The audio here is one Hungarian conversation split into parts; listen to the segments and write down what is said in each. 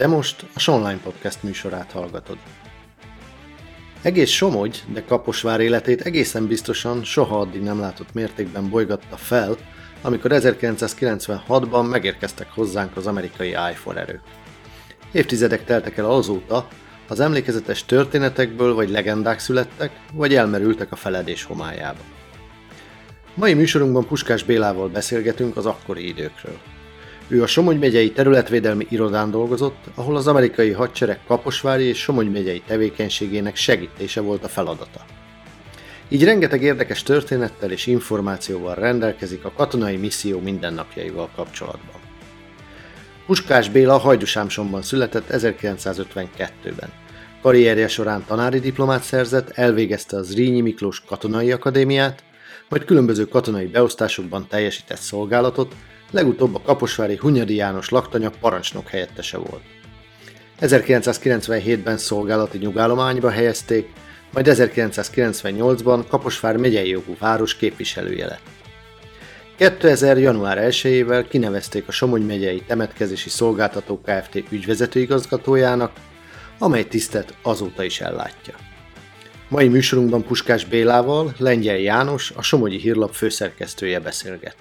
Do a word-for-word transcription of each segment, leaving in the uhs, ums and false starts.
Te most a Sonline Podcast műsorát hallgatod. Egész Somogy, de Kaposvár életét egészen biztosan soha addig nem látott mértékben bolygatta fel, amikor ezerkilencszázkilencvenhatban megérkeztek hozzánk az amerikai iPhone erők. Évtizedek teltek el azóta, az emlékezetes történetekből vagy legendák születtek, vagy elmerültek a feledés homályába. Mai műsorunkban Puskás Bélával beszélgetünk az akkori időkről. Ő a Somogy megyei területvédelmi irodán dolgozott, ahol az amerikai hadsereg kaposvári és Somogy megyei tevékenységének segítése volt a feladata. Így rengeteg érdekes történettel és információval rendelkezik a katonai misszió mindennapjaival kapcsolatban. Puskás Béla Hajdúsámsonban született ezerkilencszázötvenkettőben. Karrierje során tanári diplomát szerzett, elvégezte a Zrínyi Miklós Katonai Akadémiát, majd különböző katonai beosztásokban teljesített szolgálatot, legutóbb a kaposvári Hunyadi János laktanya parancsnok helyettese volt. ezerkilencszázkilencvenhétben szolgálati nyugállományba helyezték, majd ezerkilencszázkilencvennyolcban Kaposvár megyei jogú város képviselője lett. kétezer. január elsejével kinevezték a Somogy megyei temetkezési szolgáltató Kft. Ügyvezetőigazgatójának, amely tisztet azóta is ellátja. Mai műsorunkban Puskás Bélával Lengyel János, a Somogyi Hírlap főszerkesztője beszélget.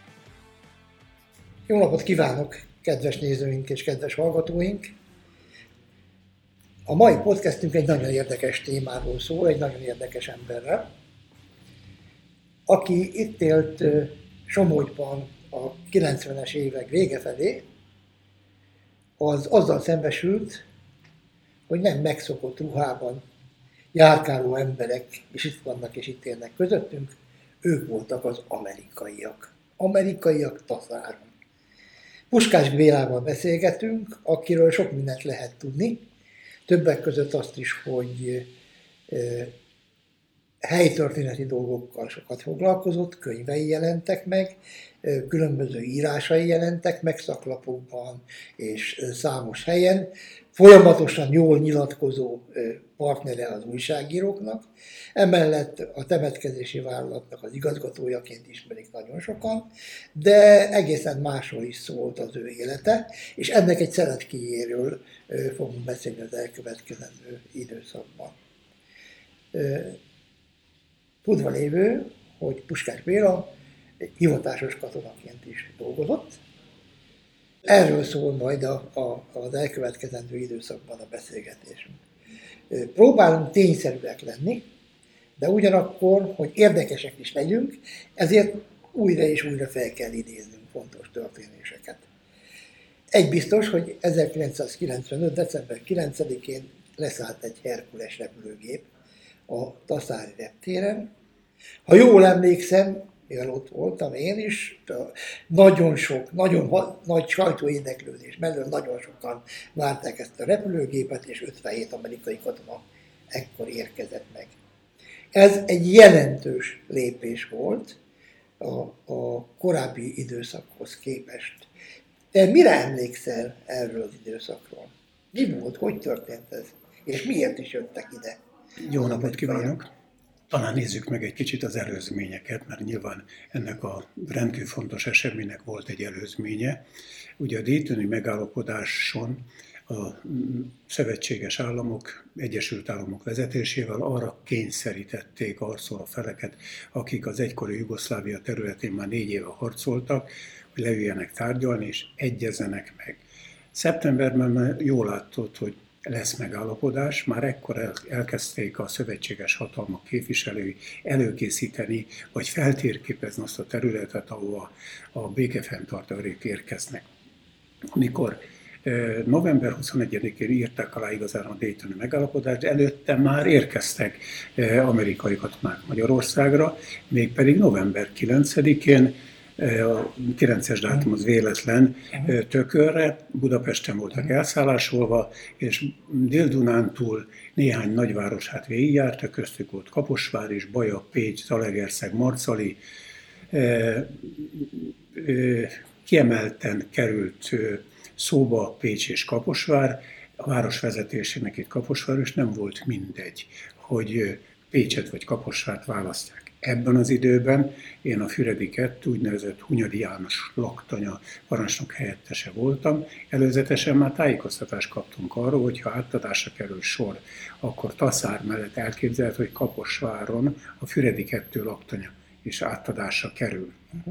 Jó napot kívánok, kedves nézőink és kedves hallgatóink! A mai podcastünk egy nagyon érdekes témáról szól, egy nagyon érdekes emberrel, aki itt élt Somogyban a kilencvenes évek vége felé, az azzal szembesült, hogy nem megszokott ruhában járkáló emberek, és itt vannak és itt élnek közöttünk, ők voltak az amerikaiak. Amerikaiak taszáron. Puskás Bélával beszélgetünk, akiről sok mindent lehet tudni, többek között azt is, hogy e, helytörténeti dolgokkal sokat foglalkozott, könyvei jelentek meg, e, különböző írásai jelentek meg szaklapokban és e, számos helyen, folyamatosan jól nyilatkozó e, partnere az újságíróknak, emellett a temetkezési vállalatnak az igazgatójaként ismerik nagyon sokan, de egészen másról is szólt az ő élete, és ennek egy szeretkéjéről fogunk beszélni az elkövetkezendő időszakban. Tudva lévő, hogy Puskás Béla hivatásos katonaként is dolgozott. Erről szól majd a, a, az elkövetkezendő időszakban a beszélgetésünk. Próbálunk tényszerűek lenni, de ugyanakkor, hogy érdekesek is legyünk, ezért újra és újra fel kell idéznünk fontos történéseket. Egy biztos, hogy ezerkilencszázkilencvenöt. december kilencedikén leszállt egy Herkules repülőgép a taszári reptéren. Ha jól emlékszem, mivel ott voltam én is, nagyon sok, nagyon ha, nagy sajtóérdeklődés mellett nagyon sokan várták ezt a repülőgépet, és ötvenhét amerikai katona ekkor érkezett meg. Ez egy jelentős lépés volt a, a korábbi időszakhoz képest. Te mire emlékszel erről az időszakról? Mi volt, hogy történt ez? És miért is jöttek ide? Jó napot kívánok! Talán nézzük meg egy kicsit az előzményeket, mert nyilván ennek a rendkívül fontos eseménynek volt egy előzménye. Ugye a Daytoni megállapodáson a szövetséges államok, Egyesült Államok vezetésével arra kényszerítették arcol a feleket, akik az egykori Jugoszlávia területén már négy éve harcoltak, hogy leüljenek tárgyalni és egyezzenek meg. Szeptemberben már jól látott, hogy lesz megállapodás, már ekkor elkezdték a szövetséges hatalmak képviselői előkészíteni, vagy feltérképezni azt a területet, ahova a békefenntartó erők érkeznek. Amikor november huszonegyedikén írták alá igazán a Daytoni megállapodást, de előtte már érkeztek amerikai katonák Magyarországra, mégpedig november kilencedikén, a kilences dátum az véletlen tökörre, Budapesten voltak elszállásolva, és Dél-Dunántúl néhány nagyvárosát végigjártak, köztük volt Kaposvár is, Baja, Pécs, Zalaegerszeg, Marcali. Kiemelten került szóba Pécs és Kaposvár, a város vezetésének itt Kaposvár, és nem volt mindegy, hogy Pécset vagy Kaposvárt választják. Ebben az időben én a Füredi kettő úgynevezett Hunyadi János laktanya parancsnok helyettese voltam. Előzetesen már tájékoztatást kaptunk arról, hogy ha átadásra kerül sor, akkor Taszár mellett elképzelhető, hogy Kaposváron a Füredi kettő laktanya is átadásra kerül.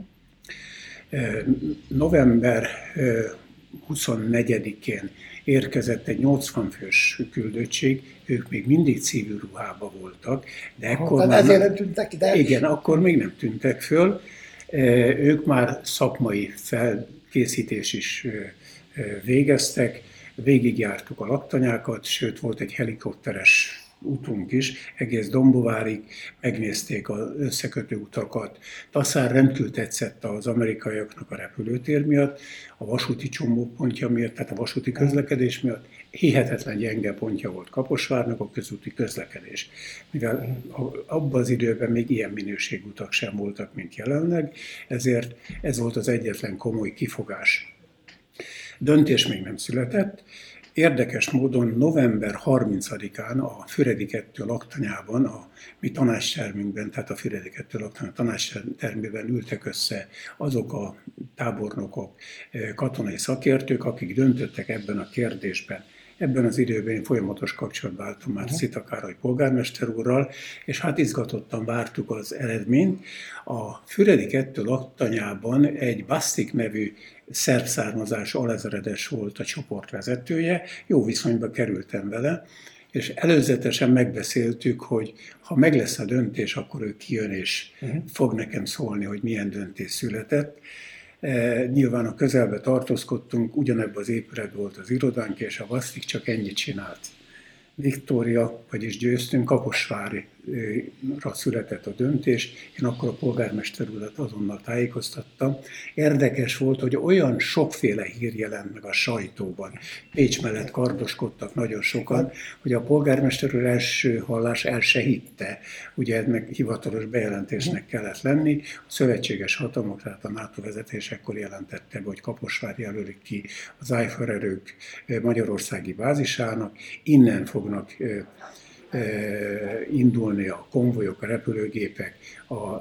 November huszonnegyedikén érkezett egy nyolcvan fős küldöttség, ők még mindig civil ruhában voltak, de ekkor ha, már ezért nem tűntek ide. Igen, akkor még nem tűntek föl. Ők már szakmai felkészítés is végeztek, végigjártuk a laktanyákat, sőt volt egy helikopteres utunk is, egész Dombovárig megnézték az összekötő utakat. Taszár rendkívül tetszett az amerikaiaknak a repülőtér miatt, a vasúti csomópontja miatt, tehát a vasúti közlekedés miatt. Hihetetlen gyenge pontja volt Kaposvárnak a közúti közlekedés. Mivel abban az időben még ilyen minőségű utak sem voltak, mint jelenleg, ezért ez volt az egyetlen komoly kifogás. Döntés még nem született. Érdekes módon november harmincadikán a Füredi kettő laktanyában, a mi tanácstermünkben, tehát a Füredi kettő laktanya tanácstermében ültek össze azok a tábornokok, katonai szakértők, akik döntöttek ebben a kérdésben. Ebben az időben én folyamatos kapcsolatban álltam már Szita Károly polgármester úrral, és hát izgatottan vártuk az eredményt. A Füredi kettő laktanyában egy Basztik nevű szerb származású alezredes volt a csoport vezetője, jó viszonyba kerültem vele, és előzetesen megbeszéltük, hogy ha meg lesz a döntés, akkor ő kijön és uh-huh. fog nekem szólni, hogy milyen döntés született. E, nyilván a közelbe tartózkodtunk, ugyanebben az épületben volt az irodánk, és a Basztik csak ennyit csinált. Viktória, vagyis győztünk, Kaposvárra született a döntés, én akkor a polgármester urat azonnal tájékoztattam. Érdekes volt, hogy olyan sokféle hír jelent meg a sajtóban. Pécs mellett kardoskodtak nagyon sokan, hogy a polgármester úr első hallás el se hitte. Ugye ez meg hivatalos bejelentésnek kellett lenni. A szövetséges hatalmak, tehát a NATO vezetésekor jelentette be, hogy Kaposvár jelölik ki az ájför erők magyarországi bázisának, innen fognak indulni a konvojok, a repülőgépek a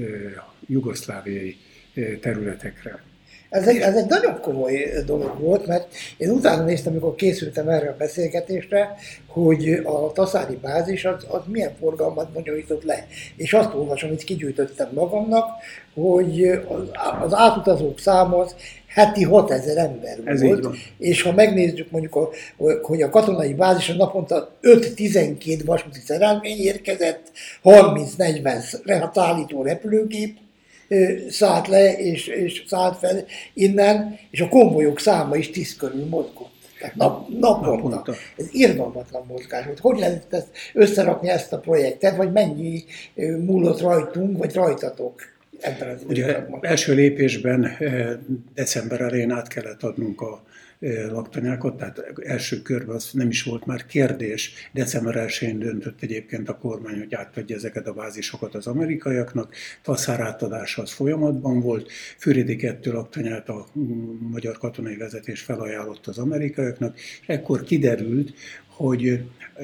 jugoszláviai területekre. Ez egy, ez egy nagyon komoly dolog volt, mert én utána néztem, amikor készültem erre a beszélgetésre, hogy a taszári bázis az, az milyen forgalmat bonyolított le. És azt olvasom, hogy kigyűjtöttem magamnak, hogy az, az átutazók száma az heti hatezer ember ez volt, és ha megnézzük mondjuk, a, hogy a katonai bázisra naponta öt-tizenkét vasúti szerelmény érkezett, harminc-negyven szállító repülőgép szállt le és, és szállt fel innen, és a konvojok száma is tíz körül mozgott. Tehát nap, naponta. naponta. Ez irgalmatlan mozgás volt. Hogy lehet ezt összerakni ezt a projektet, vagy mennyi múlott rajtunk, vagy rajtatok? Ugye első lépésben december elején át kellett adnunk a laktanyákat, tehát első körben az nem is volt már kérdés. december elsején döntött egyébként a kormány, hogy átadja ezeket a bázisokat az amerikaiaknak. Taszár átadása az folyamatban volt. Füredi kettő laktanyát a magyar katonai vezetés felajánlott az amerikaiaknak, és ekkor kiderült, hogy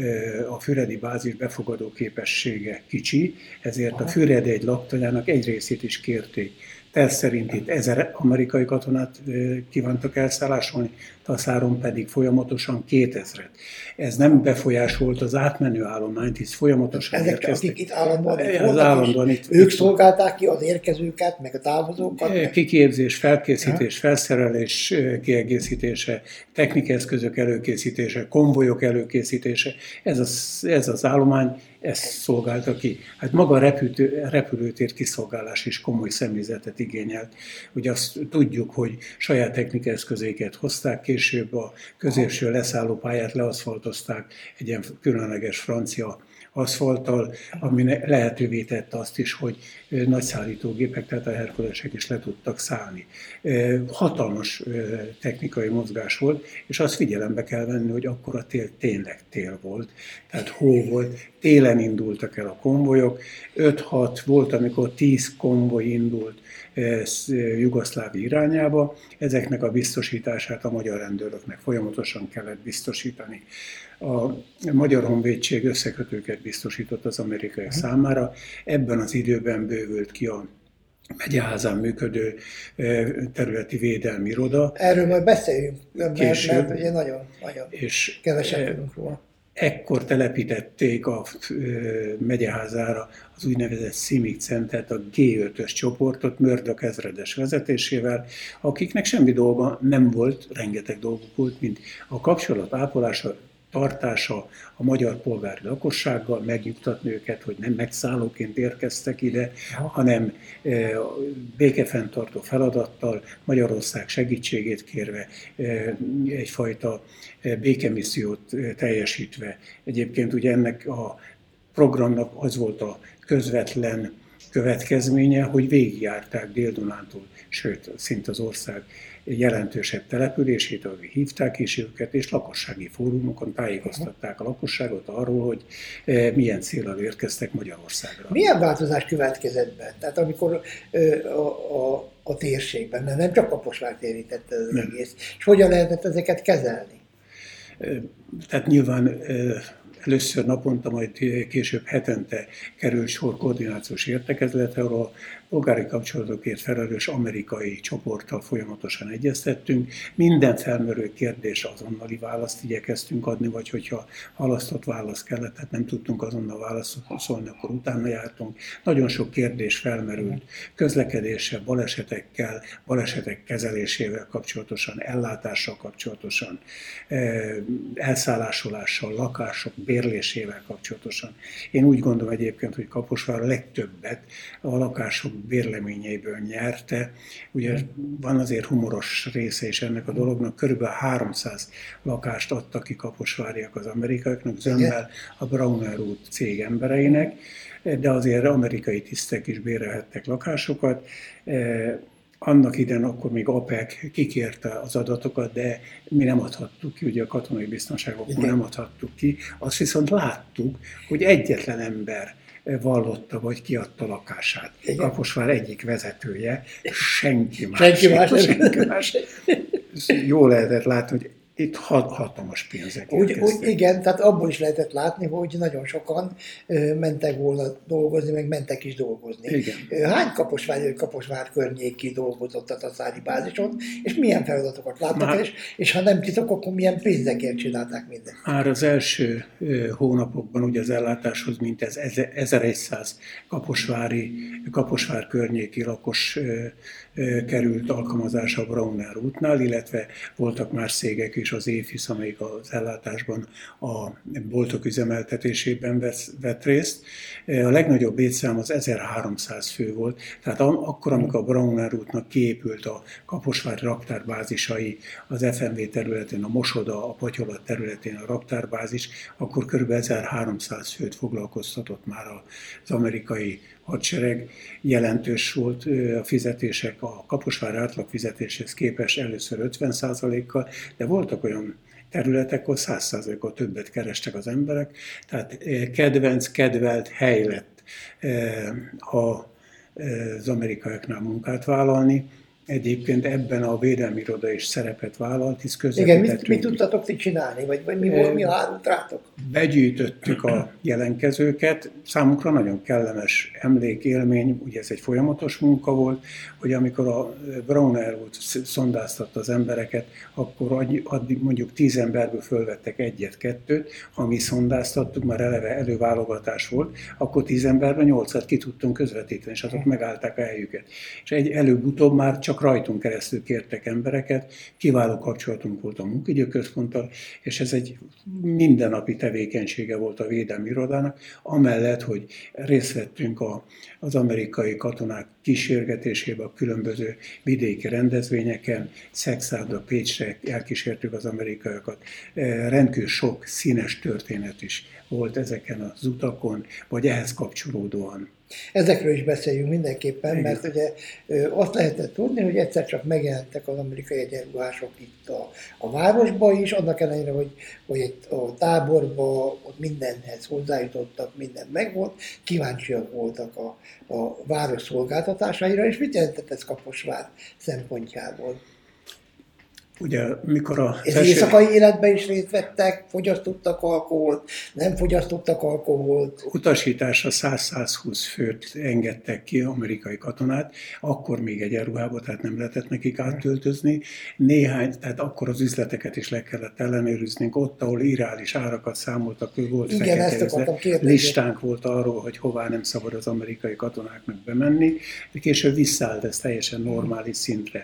a füredi bázis befogadó képessége kicsi, ezért a Füredi egy laktanyának egy részét is kérték. Terv szerint itt ezer amerikai katonát kívántak elszállásolni, Taszáron pedig folyamatosan kétezret. Ez nem befolyásolt az átmenő állományt, hisz folyamatosan ezek, érkeztek. akik itt állandóan itt az állandóan itt, ők szolgálták ki az érkezőket, meg a távozókat? Kiképzés, felkészítés, felszerelés kiegészítése, technikai eszközök előkészítése, konvojok előkészítése, ez az, ez az állomány ezt szolgálta ki. Hát maga a repülő, repülőtér kiszolgálás is komoly személyzetet igényelt. Ugye azt tudjuk, hogy saját technikai eszközéket hozták, később a középső leszállópályát leaszfaltozták egy ilyen különleges francia aszfalttal, ami lehetővé tette azt is, hogy nagy szállítógépek, tehát a herkulesek is le tudtak szállni. Hatalmas technikai mozgás volt, és azt figyelembe kell venni, hogy akkor a tél tényleg tél volt, tehát hó volt, télen indultak el a konvojok, öt-hat volt, amikor tíz konvoj indult Jugoszlávia irányába, ezeknek a biztosítását a magyar rendőröknek folyamatosan kellett biztosítani. a Magyar Honvédség összekötőket biztosított az amerikaiak számára. Ebben az időben bővült ki a Megyeházán működő területi védelmi iroda. Erről majd beszéljünk, mert, később, mert ugye nagyon, nagyon és keveset tudunk róla. Ekkor telepítették a megyeházára az úgynevezett Civic Centert, a gé ötös csoportot Murdoch ezredes vezetésével, akiknek semmi dolga nem volt, rengeteg dolguk volt, mint a kapcsolat ápolása, tartása a magyar polgári lakossággal, megnyugtatni őket, hogy nem megszállóként érkeztek ide, hanem békefenntartó feladattal, Magyarország segítségét kérve, egyfajta békemissziót teljesítve. Egyébként ugye ennek a programnak az volt a közvetlen következménye, hogy végigjárták Dél-Dunántúl, sőt, szinte az ország jelentősebb települését, ahogy hívták is őket, és lakossági fórumokon tájékoztatták a lakosságot arról, hogy milyen céllal érkeztek Magyarországra. Milyen változás következett be? Tehát amikor a, a, a térségben, mert nem csak Kaposvárt érintette az nem. egész, és hogyan lehetett ezeket kezelni? Tehát nyilván először naponta, majd később hetente került sor koordinációs értekezletre, ahol a polgári kapcsolatokért felelős amerikai csoporttal folyamatosan egyeztettünk. Minden felmerülő kérdésre azonnali választ igyekeztünk adni, vagy hogyha halasztott válasz kellett, tehát nem tudtunk azonnal válaszolni, akkor utána jártunk. Nagyon sok kérdés felmerült közlekedéssel, balesetekkel, balesetek kezelésével kapcsolatosan, ellátással kapcsolatosan, elszállásolással, lakások bérlésével kapcsolatosan. Én úgy gondolom egyébként, hogy Kaposvár a legtöbbet a lakások bérleményeiből nyerte. Ugye van azért humoros része is ennek a dolognak, körülbelül háromszáz lakást adtak ki kaposváriak az amerikaiaknak, zömmel a Brauner út cég embereinek, de azért amerikai tisztek is bérelhettek lakásokat. Annak idején akkor még á pé e ká kikérte az adatokat, de mi nem adhattuk ki, ugye a katonai biztonságokból nem adhattuk ki. Azt viszont láttuk, hogy egyetlen ember vallotta, vagy kiadta lakását. Igen. Kaposvár egyik vezetője, senki más. Senki más. Senki más. Jól lehetett látni, hogy itt hatalmas pénzek úgy, úgy, Igen, tehát abból is lehetett látni, hogy nagyon sokan mentek volna dolgozni, meg mentek is dolgozni. Igen. Hány Kaposvár, Kaposvár környéki dolgozott a tatári bázison, és milyen feladatokat láttak, Már... és, és ha nem titok, akkor milyen pénzekért csinálták mindent? Már az első hónapokban ugye az ellátáshoz mint ez ezerszáz kaposvári, Kaposvár környéki lakos került alkalmazásra a Brauner útnál, illetve voltak más cégek is, az Éfisz, amelyik az ellátásban a boltok üzemeltetésében vett részt. A legnagyobb létszám az ezerháromszáz fő volt, tehát akkor, amikor a Brauner útnak kiépült a Kaposvári raktárbázisai, az ef em vé területén, a Mosoda, a Patyolat területén a raktárbázis, akkor kb. ezerháromszáz főt foglalkoztatott már az amerikai hadsereg. Jelentős volt a fizetések a Kaposvár átlag fizetéshez képest először ötven százalékkal, de voltak olyan területek, ahol száz százalékkal többet kerestek az emberek, tehát kedvenc, kedvelt hely lett az amerikaiaknál munkát vállalni. Egyébként ebben a védelmi iroda is szerepet vállalt, hisz közvetítettünk. Igen, mit, mit tudtatok ti csinálni, vagy, vagy mi, volt, mi hárult rátok? Begyűjtöttük a jelentkezőket, számunkra nagyon kellemes emlékélmény, ugye ez egy folyamatos munka volt, hogy amikor a Brauner út szondáztatta az embereket, akkor addig mondjuk tíz emberből fölvettek egyet-kettőt, ha mi szondáztattuk, már eleve előválogatás volt, akkor tíz emberben nyolcat ki tudtunk közvetíteni, és azok megállták a helyüket. És egy előbb-utóbb már csak rajtunk keresztül kértek embereket, kiváló kapcsolatunk volt a munkaidőközponttal, és ez egy mindennapi tevékenysége volt a védelmi irodának, amellett, hogy részt vettünk a, az amerikai katonák kísérgetésében, a különböző vidéki rendezvényeken, Szexárdra, Pécsre elkísértük az amerikaiakat. Rendkívül sok színes történet is volt ezeken az utakon, vagy ehhez kapcsolódóan. Ezekről is beszéljünk mindenképpen, igen. Mert ugye azt lehetett tudni, hogy egyszer csak megjelentek az amerikai egyenruhások itt a, a városba is, annak ellenére, hogy, hogy itt a táborba ott mindenhez hozzájutottak, minden megvolt, kíváncsiak voltak a, a város szolgáltatásaira, és mit jelentett ez Kaposvár szempontjából? Ugye, mikor a... És éjszakai életben is részt vettek, fogyasztottak alkoholt, nem fogyasztottak alkoholt. Utasításra száz-százhúsz főt engedtek ki, amerikai katonát, akkor még egyenruhába, tehát nem lehetett nekik áttöltözni. Néhány, tehát akkor az üzleteket is le kellett ellenőriznünk, ott, ahol irreális árakat számoltak, ő volt fekete listánk volt arról, hogy hová nem szabad az amerikai katonáknak bemenni, de később visszaállt ez teljesen normális szintre.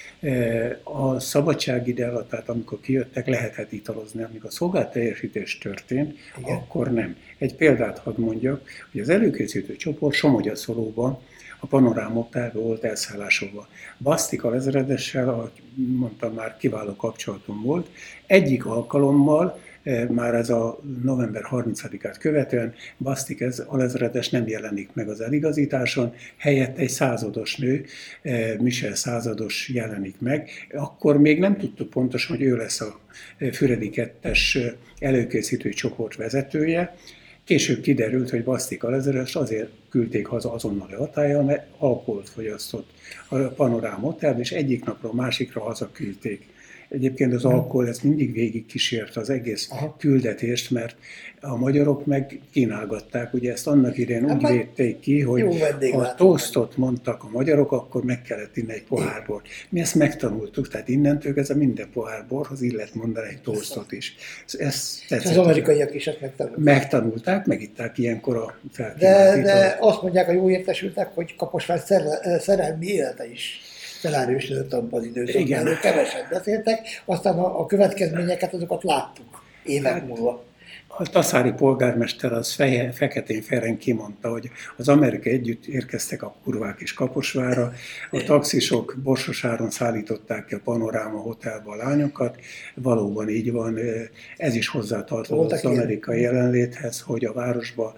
A szabadságidő alatt, tehát amikor kijöttek, lehetett italozni. Amikor a szolgálatteljesítés történt, igen, akkor nem. Egy példát hadd mondjak, hogy az előkészítő csoport Somogyaszolóban, a Panoráma Hotelben volt elszállásolva. Basztik alezredessel, ahogy mondtam, már kiváló kapcsolatom volt. Egyik alkalommal, már ez a november harmincadikát követően Basztik ez alezredes nem jelenik meg az eligazításon, helyett egy százados nő, Michel százados jelenik meg. Akkor még nem tudtuk pontosan, hogy ő lesz a Füredi kettes előkészítő csoport vezetője. Később kiderült, hogy Basztik alezredes azért küldték haza azonnali hatállyal, mert alkoholt fogyasztott a Panoráma Hotelben, és egyik napról másikra hazaküldték. Egyébként az alkohol ez mindig végig kísérte az egész Aha. küldetést, mert a magyarok meg kínálgatták. Ugye ezt annak idején úgy védték ki, hogy ha tosztot mondtak a magyarok, akkor meg kellett inni egy pohár bort. Mi ezt megtanultuk, tehát innentől ez a minden pohár borhoz illet mondani egy tosztot is. Ez az amerikaiak is ezt megtanulták. Megtanulták, megitták ilyenkor a felkínált De, de azt mondják a jó értesültek, hogy Kaposvár szerelmi élete is felerősödött abban az időszakban. Erről keveset beszéltek, aztán a, a következményeket azokat láttuk évek hát, múlva. A taszári polgármester az feje, feketén feren kimondta, hogy az Amerikai együtt érkeztek a kurvák is Kaposvárra, a taxisok Borsosáron szállították ki a Panoráma Hotelba a lányokat, valóban így van, ez is hozzátartozott az amerikai jelenléthez, hogy a városba,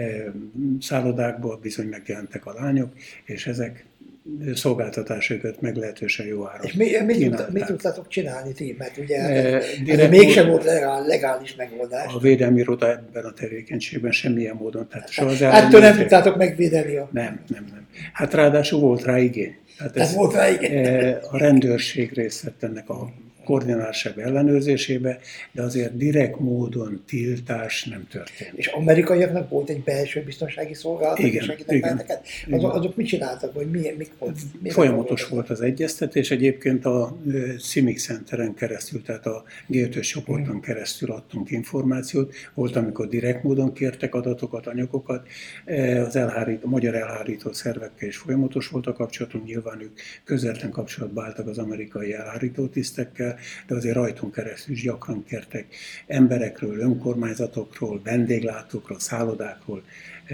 szállodákba bizony megjelentek a lányok, és ezek szolgáltatásokat meglehetősen jó áron. És mi, mit, mit tudtátok csinálni ti? Mert ugye e, ez mégsem volt legál, legális megoldás. A védelmi iroda ebben a tevékenységben semmilyen módon. Tehát hát, ettől nem tudtátok megvédeni a... Nem, nem, nem. Hát ráadásul volt rá igény. Tehát ez, ez volt rá igény. A rendőrség részt vett ennek a koordinálásabb ellenőrzésébe, de azért direkt módon tiltás nem történt. És amerikaiaknak volt egy belső biztonsági szolgálat, igen, igen, azok, azok mit csináltak, vagy mi, mik volt? Folyamatos volt az egyeztetés, egyébként a CIMIC Centeren keresztül, tehát a gé ötös csoporton hmm. keresztül adtunk információt, volt, amikor direkt módon kértek adatokat, anyagokat, az elhárító, a magyar elhárító szervekkel is folyamatos volt a kapcsolatunk, nyilván ők közvetlen kapcsolatba álltak az amerikai elhárító tisztekkel, de azért rajtunk keresztül is gyakran kértek emberekről, önkormányzatokról, vendéglátókról, szállodákról,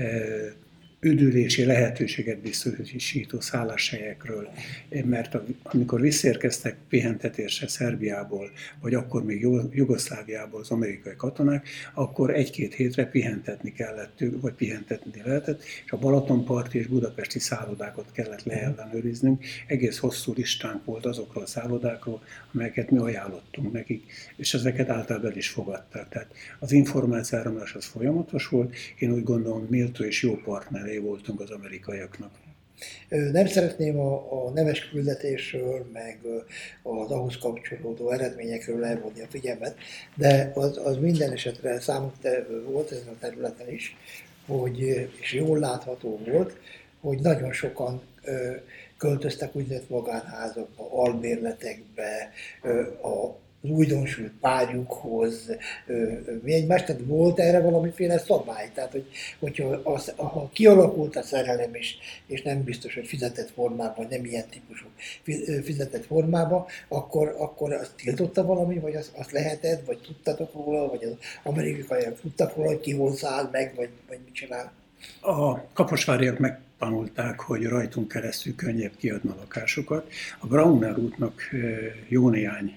üdülési lehetőséget biztosító szálláshelyekről, mert amikor visszaérkeztek pihentetésre Szerbiából, vagy akkor még Jugoszláviából az amerikai katonák, akkor egy-két hétre pihentetni kellett, vagy pihentetni lehetett, és a Balatonparti és budapesti szállodákat kellett leellenőriznünk. Egész hosszú listánk volt azokról a szállodákról, amelyeket mi ajánlottunk nekik, és ezeket általában is fogadták. Tehát az információáramlás az folyamatos volt, én úgy gondolom méltó és jó partner voltunk az amerikaiaknak. Nem szeretném a, a nemes küldetésről, meg az ahhoz kapcsolódó eredményekről elvonni a figyelmet, de az, az minden esetre számunkra volt ezen a területen is, hogy, és jól látható volt, hogy nagyon sokan költöztek úgynevezett magánházakba, albérletekbe, a az újdonsült párjukhoz, mi egymást, tehát volt erre valamiféle szabály, tehát hogy, hogyha az, ha kialakult a szerelem is, és nem biztos, hogy fizetett formában, vagy nem ilyen típusú fizetett formában, akkor, akkor azt tiltotta valami, vagy azt, azt lehetett, vagy tudtatok róla, vagy az amerikaiak tudtak róla, hogy ki hol száll meg, vagy, vagy mit csinál? A kaposváriak megtanulták, hogy rajtunk keresztül könnyebb kiadni a lakásokat. A Brauner útnak jó néhány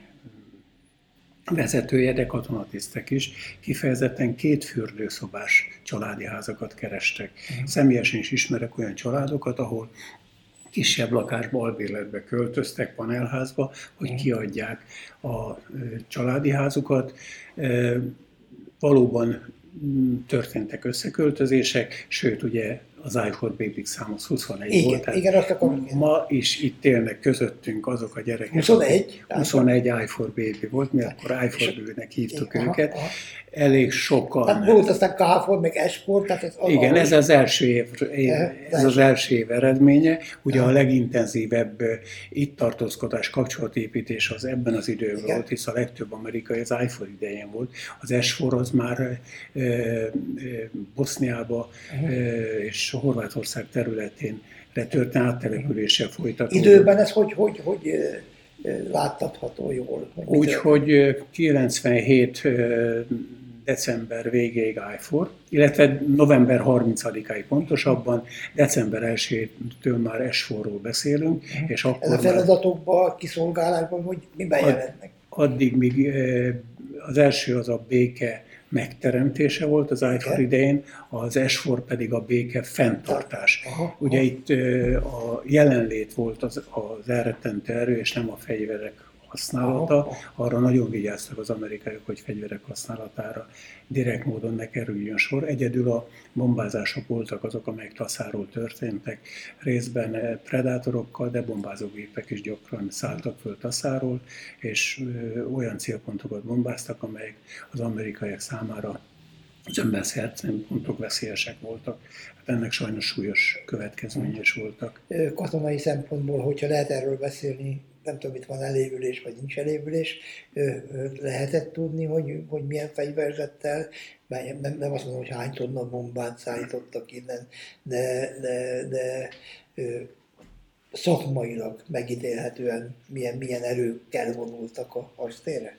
vezetője, de katonatisztek is kifejezetten két fürdőszobás családi házakat kerestek. Uh-huh. Személyesen is ismerek olyan családokat, ahol kisebb lakásba, albérletbe költöztek, panelházba, hogy kiadják a családi házukat. Valóban történtek összeköltözések, sőt ugye az I for Baby szám az huszonegy igen, volt. Igen, azt akarom. Ma is itt élnek közöttünk azok a gyerekek. huszonegy? huszonegy I for Baby volt, mi akkor I for Baby-nek hívtuk aha, őket. Aha. Elég sokan. Tehát volt aztán K for, meg S for, tehát ez az igen, az... ez az első év, év ez az első év eredménye. Ugye a legintenzívebb itt tartózkodás, kapcsolatépítés az ebben az időben igen. volt, hisz a legtöbb amerikai az I for idején volt. Az S for az már e, e, Boszniába uh-huh. e, és Horvátország területén történt áttelepüléssel folytatódott. Időben ez hogy, hogy, hogy láttatható jól? Úgyhogy kilencvenhét december végéig I for, illetve november harmincadikáig pontosabban, december elsejétől már S forról beszélünk, uh-huh. és akkor... Ez a feladatokban, kiszolgálásban, hogy miben jelennek? Addig még az első az a béke megteremtése volt az I for idején, az S for pedig a béke fenntartás. Aha, Ugye aha. itt a jelenlét volt az, az elrettentő erő, és nem a fegyverek használata. Aha, aha. Arra nagyon vigyáztak az amerikaiak, hogy fegyverek használatára direkt módon ne kerüljön sor. Egyedül a bombázások voltak azok, amelyek Taszáról történtek, részben predátorokkal, de bombázógépek is gyakran szálltak föl Taszáról, és olyan célpontokat bombáztak, amelyek az amerikaiak számára zömbelszert pontok veszélyesek voltak. Hát ennek sajnos súlyos következménye is voltak. Katonai szempontból, hogyha lehet erről beszélni, nem tudom, itt van elévülés, vagy nincs elévülés, lehetett tudni, hogy, hogy milyen fegyverzettel, nem, nem azt mondom, hogy hány tonna bombát szállítottak innen, de, de, de szakmailag megítélhetően milyen, milyen erőkkel vonultak a harctérre?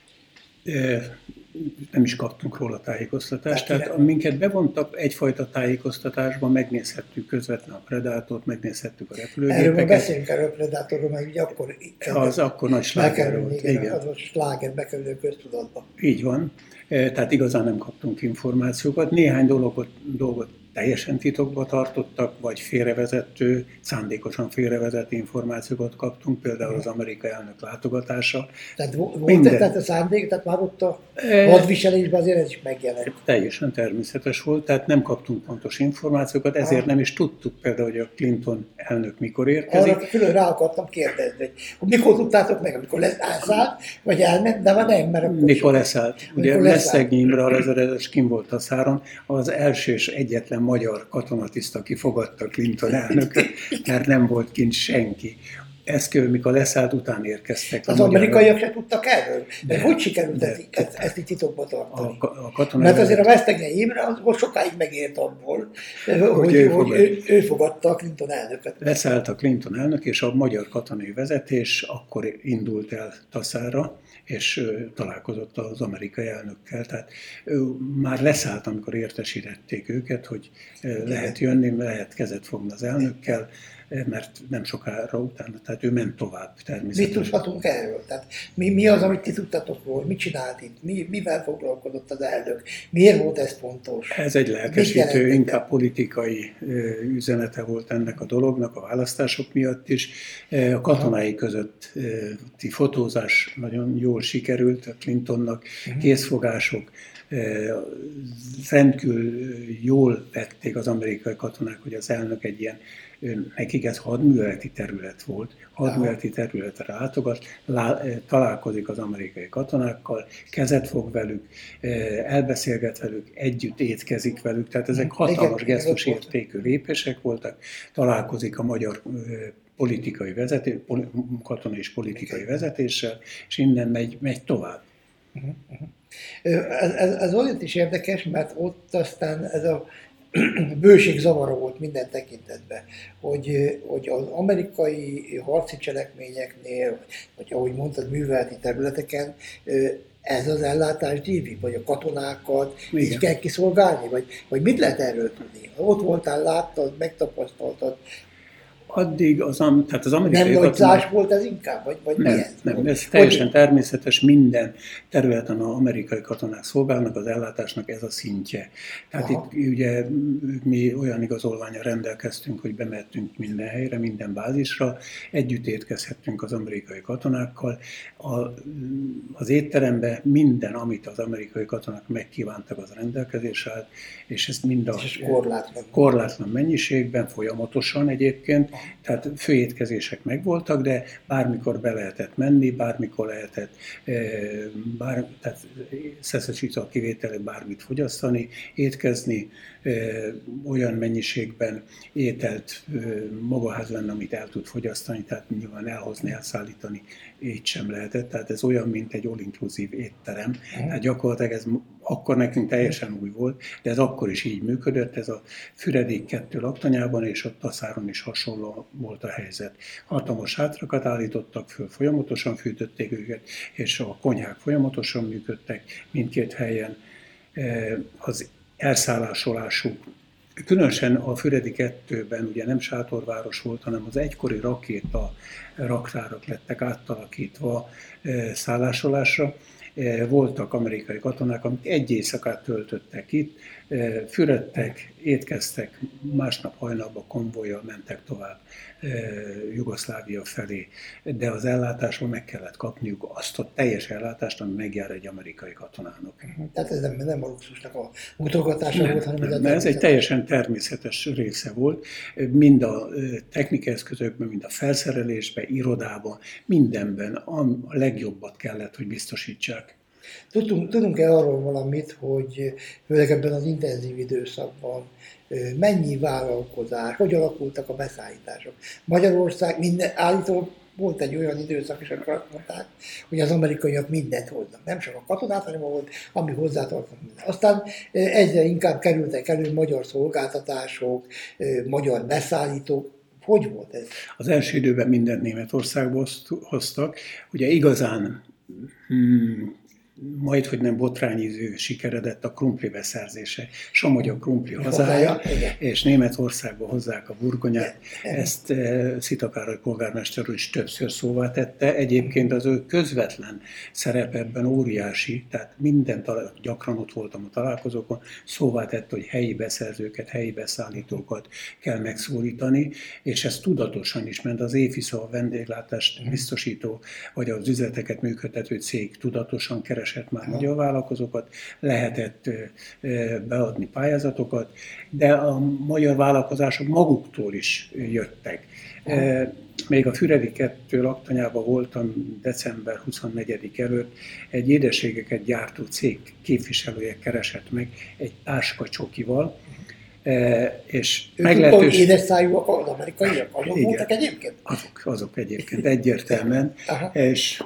Nem is kaptunk róla tájékoztatást, tehát, tehát minket bevontak egyfajta tájékoztatásba, megnézhettük közvetlenül a Predátort, megnézhettük a repülőgépeket. Erről beszélünk erről a Predátorról, mert ugye akkor... Az akkor nagy sláger volt. Igen, igen. Az a sláger bekerülő köztudatba. Így van, tehát igazán nem kaptunk információkat. Néhány dolgot, dolgot teljesen titokba tartottak, vagy félrevezető, szándékosan félrevezető információkat kaptunk, például az amerikai elnök látogatása. Tehát volt tehát a szándék, tehát már ott a hadviselésben azért ez is megjelent. Teljesen természetes volt, tehát nem kaptunk pontos információkat, ezért ah. nem is tudtuk például, hogy a Clinton elnök mikor érkezik. Arra külön rá akartam kérdezni, hogy mikor tudtátok meg, amikor leszállt, vagy elment, de van nem, mert akkor Mikor leszállt. Ugye Leszegny Imre, az ezredes kim volt a száron, az első és egyetlen magyar katonatiszt, aki fogadta Clinton elnököt, mert nem volt kint senki. Ezt mikor leszállt, után érkeztek. Az amerikaiak se tudtak erről? De, de hogy sikerült de, ezt, ezt így titokba tartani? A, a katonai Mert azért a Vesztegyen Imre az sokáig megért abból, hogy, hogy, ő, hogy ő, ő fogadta a Clinton elnököt. Leszállt a Clinton elnök, és a magyar katonai vezetés akkor indult el Taszára, és találkozott az amerikai elnökkel. Tehát ő már leszállt, amikor értesítették őket, hogy lehet jönni, lehet kezet fogni az elnökkel, mert nem sokára utána, tehát ő ment tovább természetesen. Mit tudhatunk erről? Tehát mi, mi az, amit ti tudtatok róla? Mit csinált itt? Mi, mivel foglalkozott az elnök? Miért volt ez fontos? Ez egy lelkesítő, inkább politikai üzenete volt ennek a dolognak, a választások miatt is. A katonái közötti fotózás nagyon jól sikerült a Clintonnak, készfogások, rendkívül jól vették az amerikai katonák, hogy az elnök egy ilyen, nekik ez hadműveleti terület volt, hadműveleti területre látogat, lá, találkozik az amerikai katonákkal, kezet fog velük, elbeszélget velük, együtt étkezik velük, tehát ezek hatalmas gesztusértékű lépések voltak, találkozik a magyar politikai vezetés, katonai és politikai vezetéssel, és innen megy, megy tovább. Uh-huh, uh-huh. Ez, ez, ez olyan is érdekes, mert ott aztán ez a bőség zavara volt minden tekintetben, hogy, hogy az amerikai harci cselekményeknél, vagy ahogy mondtad, műveleti területeken ez az ellátás dívik, vagy a katonákat igen. így kell kiszolgálni, vagy, vagy mit lehet erről tudni? Ott voltál, láttad, megtapasztaltad. Addig az, tehát az amerikai Nem katonák... nagyzás volt ez inkább, vagy, vagy nem, milyen? nem, ez teljesen természetes, minden területen az amerikai katonák szolgálnak, az ellátásnak ez a szintje. Tehát Aha. itt ugye mi olyan igazolvánnyal rendelkeztünk, hogy bemettünk minden helyre, minden bázisra, együtt étkezhettünk az amerikai katonákkal. A, az étteremben minden, amit az amerikai katonák megkívántak, az rendelkezésre állt, és ezt mind a korlátlan. korlátlan mennyiségben, folyamatosan egyébként, tehát főétkezések megvoltak, de bármikor be lehetett menni, bármikor lehetett, bár, tehát szeszesítva a kivételek bármit fogyasztani, étkezni, olyan mennyiségben ételt magához venni, amit el tud fogyasztani, tehát nyilván elhozni, elszállítani, így sem lehetett. Tehát ez olyan, mint egy all-inclusive étterem. Tehát gyakorlatilag ez akkor nekünk teljesen új volt, de ez akkor is így működött, ez a Füredi kettő laktanyában, és ott a Száron is hasonló volt a helyzet. Hatalmas sátrakat állítottak föl, folyamatosan fűtötték őket, és a konyhák folyamatosan működtek mindkét helyen. Az elszállásolásuk, különösen a Füredi kettőben ugye nem sátorváros volt, hanem az egykori rakéta raktárak lettek áttalakítva szállásolásra. Voltak amerikai katonák, amik egy éjszakát töltöttek itt, fürödtek, étkeztek, másnap hajnalban konvojjal mentek tovább Jugoszlávia felé, de az ellátásról meg kellett kapniuk azt a teljes ellátást, ami megjár egy amerikai katonának. Tehát ez nem, nem a luxusnak a mutogatása volt, hanem nem, ez egy teljesen természetes része volt. Mind a technikai eszközökben, mind a felszerelésben, irodában, mindenben a legjobbat kellett, hogy biztosítsák. Tudunk, tudunk-e arról valamit, hogy főleg ebben az intenzív időszakban mennyi vállalkozás, hogy alakultak a beszállítások? Magyarország minden, állítólag volt egy olyan időszak is, amikor azt mondták, hogy az amerikaiak mindent hoznak. Nem csak a katonát, hanem volt, ami hozzátartozik minden. Aztán egyre inkább kerültek elő magyar szolgáltatások, magyar beszállítók. Hogy volt ez? Az első időben mindent Németországból hoztak. Ugye igazán hmm, majd, hogy nem botrányiző sikeredett a krumpli beszerzése. Somogy a krumpli hazája, és Németországba hozzák a burgonyát. Ezt e, Szita Károly polgármester is többször szóvá tette. Egyébként az ő közvetlen szerep ebben óriási, tehát minden, gyakran ott voltam a találkozókon, szóvá tette, hogy helyi beszerzőket, helyi beszállítókat kell megszólítani, és ez tudatosan is ment. Az Éfisza, a vendéglátást biztosító, vagy az üzleteket működtető cég tudatosan keresett már magyar vállalkozókat, lehetett beadni pályázatokat, de a magyar vállalkozások maguktól is jöttek. Még a Füredi kettő laktanyában voltam december huszonnegyedike előtt, egy édességeket gyártó cég képviselője keresett meg egy táska csokival, és meglehetős... édes szájúak az amerikaiak, azok igen, voltak egyébként? Azok, azok egyébként egyértelműen, és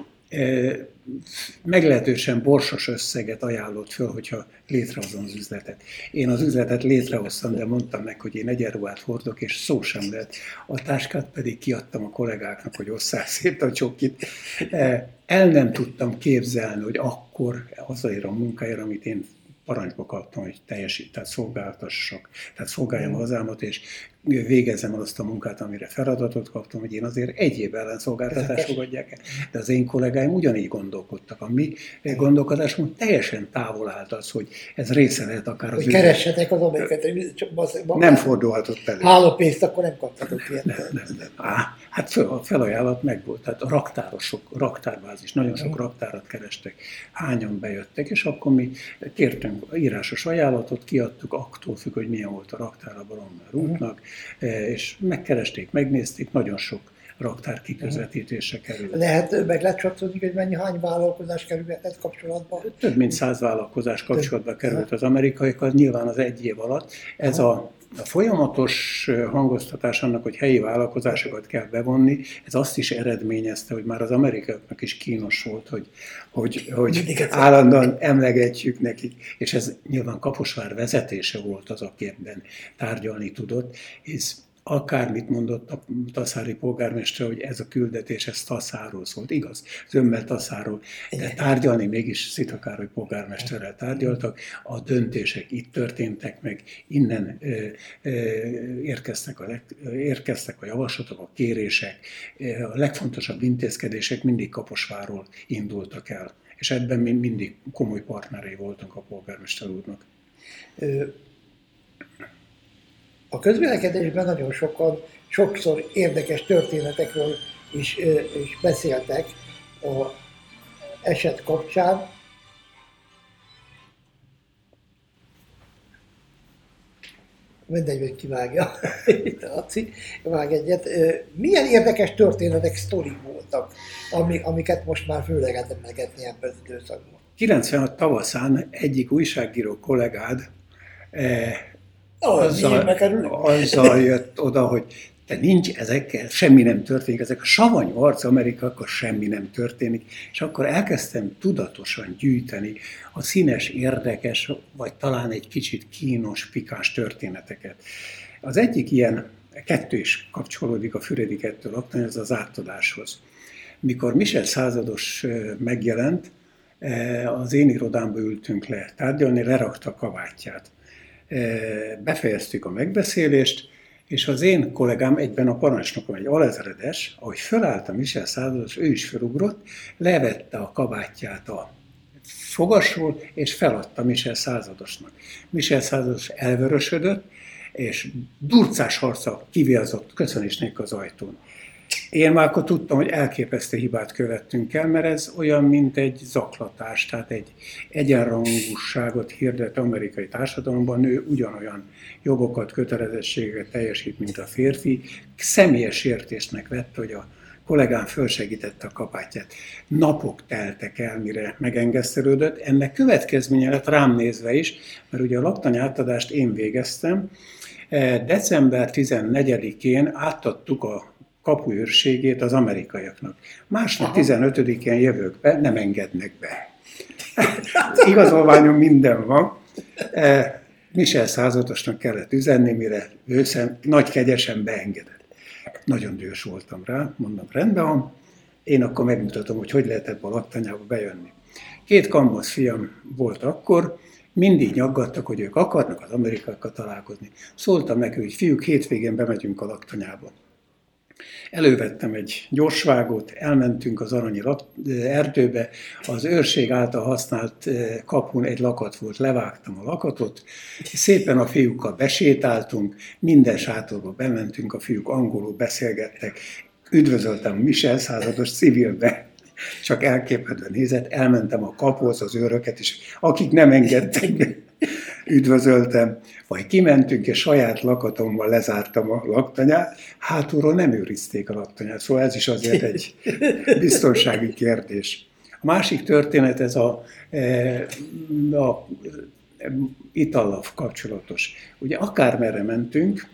meglehetősen borsos összeget ajánlott föl, hogyha létrehozom az üzletet. Én az üzletet létrehoztam, de mondtam meg, hogy én egyenruhát hordok, és szó sem lett. A táskát pedig kiadtam a kollégáknak, hogy osszák szét a csokit. El nem tudtam képzelni, hogy akkor azért a munkáért, amit én parancsba kaptam, hogy teljesít, tehát szolgáltassak, tehát szolgáljam a hazámat, és végezzem el azt a munkát, amire feladatot kaptam, hogy én azért egyéb ellenszolgáltatást fogadják el. De az én kollégáim ugyanígy gondolkodtak. A mi gondolkodásunk teljesen távol állt az, hogy ez része lehet akár az... Hogy keressetek az amerikai... Nem fordulhatott elő. Hálópénzt akkor nem kaptatok ilyet. Nem, nem, nem. Á, hát a felajánlat megvolt. Tehát a raktárosok, raktárbázis, nagyon sok raktárat kerestek, hányan bejöttek, és akkor mi kértünk írásos ajánlatot, kiadtuk, attól függ, hogy milyen volt a raktár a Barommer útnak, és megkeresték, megnézték, nagyon sok raktár kiközvetítése került. Lehet, meg lehet csatlakozni, hogy mennyi, hány vállalkozás kerülhet kapcsolatba? Több mint száz vállalkozás kapcsolatba került az amerikaiakkal, nyilván az egy év alatt. Ez a A folyamatos hangoztatás annak, hogy helyi vállalkozásokat kell bevonni, ez azt is eredményezte, hogy már az amerikaiaknak is kínos volt, hogy, hogy, hogy állandóan emlegetjük nekik, és ez nyilván Kaposvár vezetése volt az, aki ebben tárgyalni tudott, és akármit mondott a taszári polgármester, hogy ez a küldetés, ez Taszáról szólt. Igaz, zömmel Taszáról, de tárgyalni mégis Szita Károly polgármesterrel tárgyaltak, a döntések itt történtek meg, innen ö, ö, érkeztek, a leg, érkeztek a javaslatok, a kérések, a legfontosabb intézkedések mindig Kaposvárról indultak el. És ebben mi mindig komoly partnerei voltunk a polgármester úrnak. A közvélekedésben nagyon sokan, sokszor érdekes történetekről is, is beszéltek az eset kapcsán. Mindegy, hogy kivágja. Laci, vág egyet. Milyen érdekes történetek, sztorik voltak, amiket most már főleg emlegetni ebben az időszakban? kilencvenhat tavaszán egyik újságíró kollégád eh, oh, azzal, azzal jött oda, hogy te nincs ezekkel, semmi nem történik, ezek a savanyú arc Amerikákkal semmi nem történik, és akkor elkezdtem tudatosan gyűjteni a színes, érdekes, vagy talán egy kicsit kínos, pikáns történeteket. Az egyik ilyen, kettő is kapcsolódik a Füredi kettő laktany, ez az átadáshoz. Mikor Michel százados megjelent, az én irodámba ültünk le tárgyalni, lerakta a kabátját. Befejeztük a megbeszélést, és az én kollégám, egyben a parancsnokom, egy alezredes, ahogy fölállt a Michel százados, ő is felugrott, levette a kabátját a fogasról, és feladta Michel századosnak. Michel százados elvörösödött, és durcás harca kiviazott köszönésnek az ajtón. Én már akkor tudtam, hogy elképesztő hibát követtünk el, mert ez olyan, mint egy zaklatás, tehát egy egyenrangúságot hirdet amerikai társadalomban, nő ugyanolyan jogokat, kötelezettségeket teljesít, mint a férfi. Személyes sértésnek vette, hogy a kollégám fölsegítette a kabátját. Napok teltek el, mire megengesztelődött. Ennek következménye lett rám nézve is, mert ugye a laktany átadást én végeztem. december tizennegyedikén átadtuk a kapuőrségét az amerikaiaknak. Másnap tizenötödikén jövök be, nem engednek be. Igazolványom minden van. Michel századosnak kellett üzenni, mire ő nagy kegyesen beengedett. Nagyon dühös voltam rá, mondom, rendben van, én akkor megmutatom, hogy hogy lehet ebbe a laktanyába bejönni. Két kambasz fiam volt akkor, mindig nyaggattak, hogy ők akarnak az amerikaiakkal találkozni. Szóltam neki, hogy fiúk, hétvégén bemegyünk a laktanyába. Elővettem egy gyorsvágót, elmentünk az Aranyi erdőbe, az őrség által használt kapun egy lakat volt, levágtam a lakatot, szépen a fiúkkal besétáltunk, minden sátorba bementünk, a fiúk angolul beszélgettek, üdvözöltem Michel százados civilbe, csak elképedve nézett, elmentem a kapuhoz, az őröket is, akik nem engedtek be. Üdvözöltem, vagy kimentünk, és saját lakatommal lezártam a laktanyát, hátulról nem őrizték a laktanyát, szóval ez is azért egy biztonsági kérdés. A másik történet ez a, a itallal kapcsolatos. Ugye akármerre mentünk,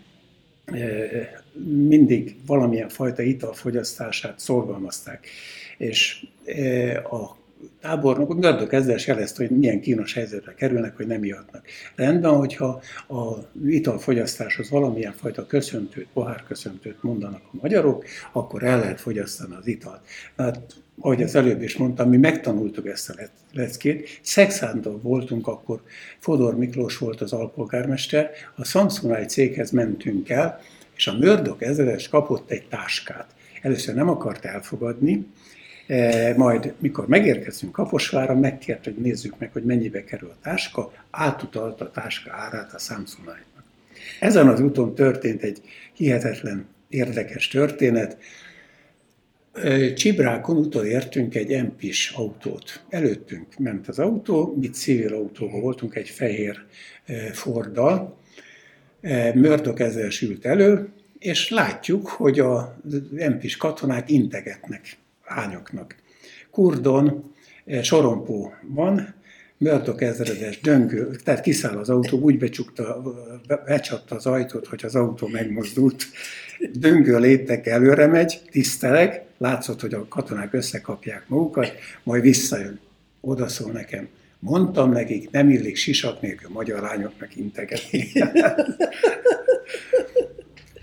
mindig valamilyen fajta ital fogyasztását szorgalmazták, és a tábornokok Gördök ezzel jelezte, hogy milyen kínos helyzetre kerülnek, hogy nem ihatnak. Rendben, hogyha az italfogyasztáshoz valamilyen fajta köszöntőt, pohárköszöntőt mondanak a magyarok, akkor el lehet fogyasztani az italt. Hát, ahogy az előbb is mondtam, mi megtanultuk ezt a leckét. Szexándon voltunk, akkor Fodor Miklós volt az alpolgármester, a Samsonite céghez mentünk el, és a Murdoch ezredes kapott egy táskát. Először nem akart elfogadni, majd mikor megérkeztünk Kaposvárra, megkért, hogy nézzük meg, hogy mennyibe kerül a táska, átutalta a táska árát a Samsonite-nak. Ezen az úton történt egy hihetetlen érdekes történet. Csibrákon utolértünk egy em pés autót. Előttünk ment az autó, mi civil autóban voltunk, egy fehér Forddal. Murdoch ezredes ült elő, és látjuk, hogy az em pés katonák integetnek lányoknak. Kurdon sorompó van, Murdoch ezredes döngő, tehát kiszáll az autó, úgy becsukta, becsapta az ajtót, hogy az autó megmozdult. Döngő léptek előre megy, tiszteleg, látszott, hogy a katonák összekapják magukat, majd visszajön. Oda szól nekem. Mondtam nekik, nem illik sisak nélkül magyar lányoknak integetni. A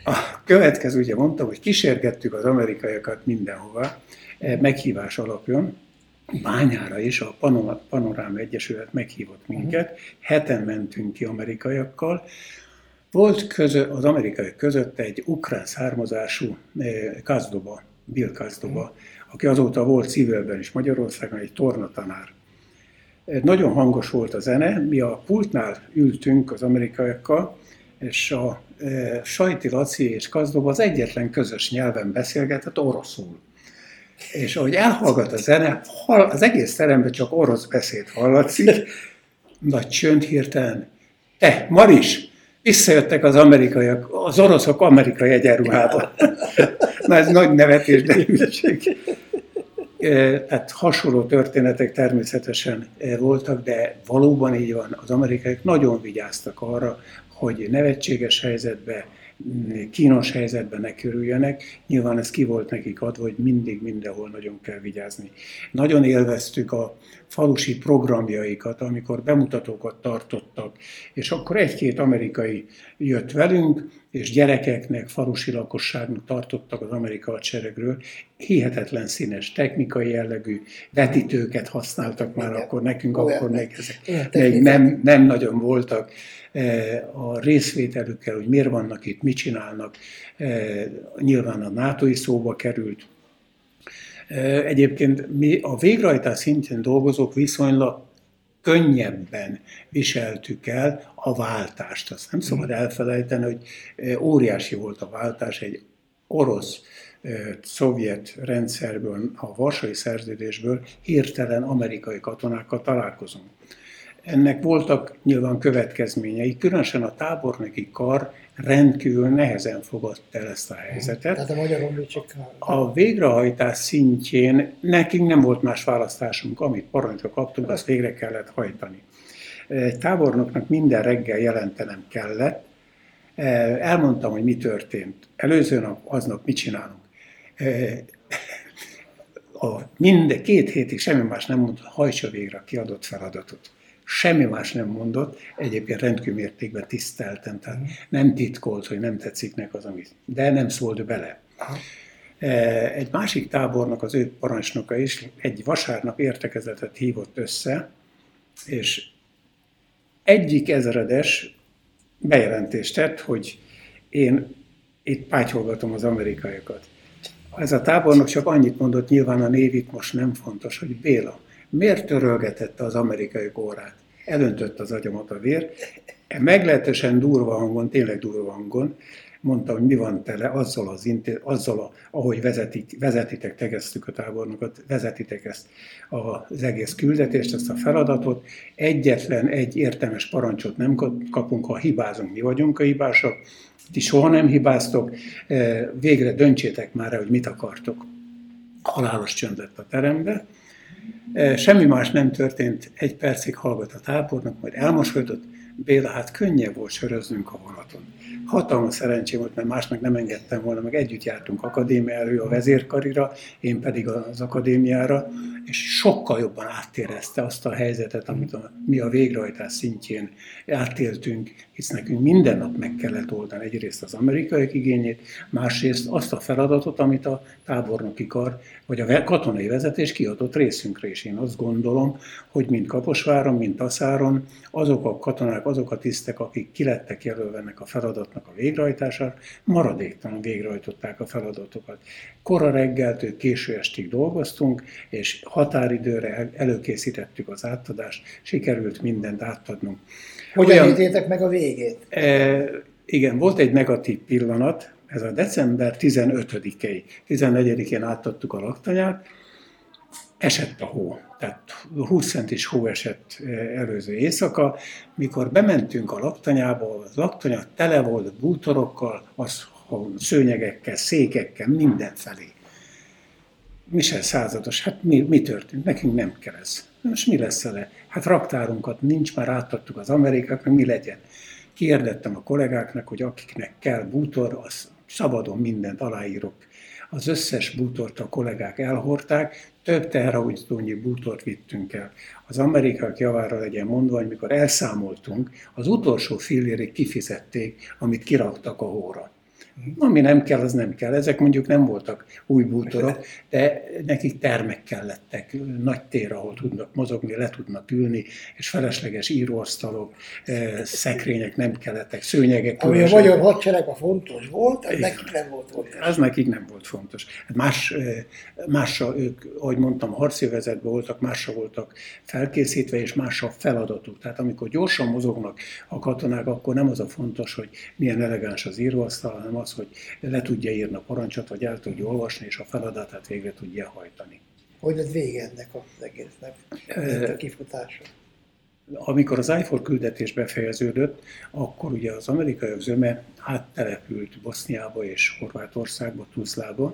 következő, ugye mondtam, hogy kísérgettük az amerikaiakat mindenhova, meghívás alapjon, Bányára is, a Panoráma Egyesület meghívott minket, heten mentünk ki amerikaiakkal. Volt közö, az amerikaiak között egy ukrán származású Kazdoba, Bill Kazdoba, aki azóta volt civilben is Magyarországon, egy tornatanár. Nagyon hangos volt a zene, mi a pultnál ültünk az amerikaiakkal, és a e, Sajti Laci és Kazdoba az egyetlen közös nyelven beszélgetett, oroszul. És ahogy elhallgat a zene, hall, az egész teremben csak orosz beszéd hallatszik, nagy csönd hirtelen. Te, Maris, visszajöttek az amerikaiak, az oroszok amerikai egyenruhában. Na ez nagy nevetés, de hülyeség. Tehát hasonló történetek természetesen voltak, de valóban így van, az amerikaiak nagyon vigyáztak arra, hogy nevetséges helyzetbe, kínos helyzetben ne kerüljenek. Nyilván ez ki volt nekik adva, hogy mindig mindenhol nagyon kell vigyázni. Nagyon élveztük a falusi programjaikat, amikor bemutatókat tartottak, és akkor egy-két amerikai jött velünk, és gyerekeknek, falusi lakosságnak tartottak az amerikai hadseregről. Hihetetlen színes, technikai jellegű vetítőket használtak már, igen, akkor nekünk, olyan, akkor még ezek még nem, nem nagyon voltak. A részvételükkel, hogy miért vannak itt, mit csinálnak, nyilván a NATO is szóba került. Egyébként mi a végrehajtás szintjén dolgozók viszonylag könnyebben viseltük el a váltást. Azt nem szabad elfelejteni, hogy óriási volt a váltás egy orosz szovjet rendszerből, a Varsói Szerződésből hirtelen amerikai katonákkal találkozunk. Ennek voltak nyilván következményei, különösen a tábornoki kar rendkívül nehezen fogadta el ezt a helyzetet. Tehát a magyar honvédség. A végrehajtás szintjén nekünk nem volt más választásunk, amit parancsra kaptunk, azt végre kellett hajtani. Egy tábornoknak minden reggel jelentenem kellett. Elmondtam, hogy mi történt. Előző nap, aznap mit csinálunk. A minden, két hétig semmi más nem mondta, hajtsa végre a kiadott feladatot. Semmi más nem mondott, egyébként rendkívül mértékben tiszteltem, tehát nem titkolt, hogy nem tetszik neki az, amit, de nem szólt bele. Aha. Egy másik tábornak, az ő parancsnoka is egy vasárnap értekezletet hívott össze, és egyik ezredes bejelentést tett, hogy én itt pátyolgatom az amerikaiakat. Ez a tábornok csak annyit mondott, nyilván a név itt most nem fontos, hogy Béla, miért törölgetette az amerikai órát? Elöntött az agyamat a vér. Meglehetősen durva hangon, tényleg durva hangon, mondta, hogy mi van tele azzal, az intéz, azzal a, ahogy vezetik, vezetitek, tegeztük a tábornokat, vezetitek ezt az egész küldetést, ezt a feladatot. Egyetlen egy értelmes parancsot nem kapunk, ha hibázunk, mi vagyunk a hibások. Ti soha nem hibáztok, végre döntsétek már el, hogy mit akartok. Halálos csönd lett a terembe. Semmi más nem történt, egy percig hallgat a tábornok, majd elmosolyodott, Béla, hát könnyebb volt söröznünk a vonaton. Hatalmas szerencsém volt, mert másnak nem engedtem volna, meg együtt jártunk akadémiára, ő a vezérkarira, én pedig az akadémiára, és sokkal jobban átérezte azt a helyzetet, amit a, mi a végrehajtás szintjén átéltünk, hisz nekünk minden nap meg kellett oldani egyrészt az amerikaiak igényét, másrészt azt a feladatot, amit a tábornoki kar, vagy a katonai vezetés kiadott részünkre is. Én azt gondolom, hogy mind Kaposváron, mind Taszáron azok a katonák, azok a tisztek, akik kilettek jelölve ennek a feladatnak a végrehajtására, maradéktalan végrehajtották a feladatokat. Kora reggeltől késő estig dolgoztunk, és határidőre előkészítettük az átadást, sikerült mindent átadnunk. Hogyan értétek meg a végét? E, igen, volt egy negatív pillanat, ez a december tizenötödikei, tizennegyedikén átadtuk a laktanyát, esett a hó, tehát húsz centis hó esett előző éjszaka, mikor bementünk a laktanyába, a laktanya tele volt bútorokkal, az szőnyegekkel, székekkel, mindenfelé. Michel százados, hát mi, mi történt? Nekünk nem kell ez. Most mi lesz vele? Hát raktárunkat nincs, már átadtuk az amerikáknak, mi legyen? Kérdettem a kollégáknak, hogy akiknek kell bútor, az szabadon mindent aláírok. Az összes bútort a kollégák elhordták, több teherautónyi bútort vittünk el. Az amerikaiak javára legyen mondva, hogy mikor elszámoltunk, az utolsó fillérig kifizették, amit kiraktak a hóra. Ami nem kell, az nem kell. Ezek mondjuk nem voltak új bútorok, de nekik termek kellettek, nagy tér, ahol tudnak mozogni, le tudnak ülni, és felesleges íróasztalok, szekrények nem kellettek, szőnyegek. Ami a magyar hadsereg a fontos volt, az nekik nem volt fontos. Az nekik nem volt fontos. Más, másra ők, ahogy mondtam, harcövezetben voltak, másra voltak felkészítve, és másra a feladatuk. Tehát amikor gyorsan mozognak a katonák, akkor nem az a fontos, hogy milyen elegáns az íróasztal, hanem az, hogy le tudja írni a parancsot, vagy el tudja olvasni, és a feladatát végre tudja hajtani. Hogy lett vége ennek az egésznek, ez a kifutása? Amikor az I four küldetés befejeződött, akkor ugye az amerikai zöme áttelepült Boszniába és Horvátországba, Tuzlába.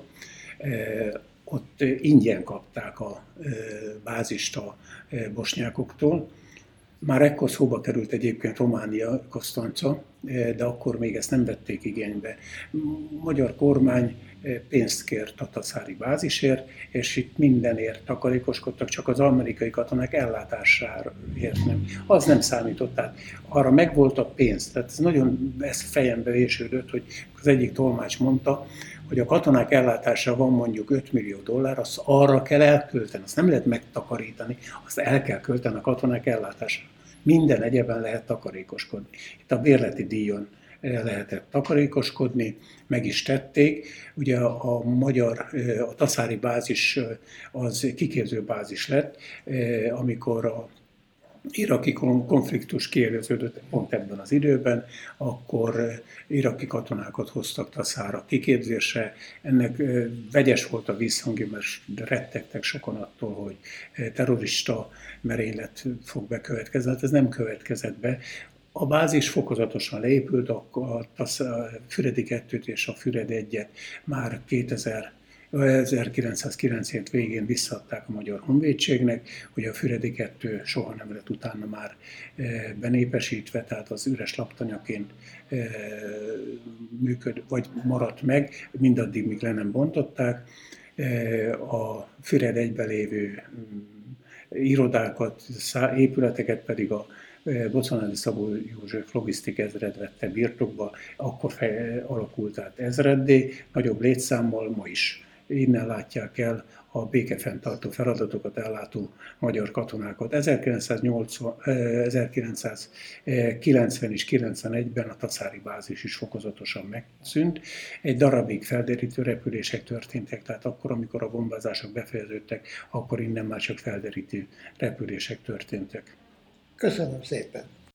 Ott ingyen kapták a bázist a bosnyákoktól. Már ekkor szóba került egyébként Románia, Konstanca, de akkor még ezt nem vették igénybe. A magyar kormány pénzt kért a taszári bázisért, és itt mindenért takarékoskodtak, csak az amerikai katonák ellátásáért nem. Az nem számított, tehát arra megvolt a pénz. Tehát ez nagyon ez fejembe vésődött, hogy az egyik tolmács mondta, hogy a katonák ellátása van mondjuk öt millió dollár, azt arra kell elkölteni, azt nem lehet megtakarítani, azt el kell költeni a katonák ellátására. Minden egyeben lehet takarékoskodni. Itt a bérleti díjon lehetett takarékoskodni, meg is tették. Ugye a magyar, a taszári bázis az kiképző bázis lett, amikor a iraki konfliktus kiéleződött pont ebben az időben, akkor iraki katonákat hoztak Taszára kiképzésre. Ennek vegyes volt a visszhangja, mert rettegtek sokan attól, hogy terrorista merénylet fog bekövetkezni. Hát ez nem következett be. A bázis fokozatosan leépült, a Füredi kettőt és a Füredi egyet már ezerkilencszázkilencvenhét végén visszaadták a Magyar Honvédségnek, hogy a Füredi kettő soha nem lett utána már benépesítve, tehát az üres laptanyaként működ, vagy maradt meg, mindaddig, míg le nem bontották. A Füred egyben lévő irodákat, épületeket pedig a Bocsánati Szabó József logisztik ezred vette birtokba, akkor fej, alakult át ezreddé, nagyobb létszámmal ma is. Innen látják el a békefenntartó feladatokat ellátó magyar katonákat. ezerkilencszázkilencven és kilencvenegyben a taszári bázis is fokozatosan megszűnt. Egy darabig felderítő repülések történtek, tehát akkor, amikor a bombázások befejeződtek, akkor innen már csak felderítő repülések történtek. Köszönöm szépen!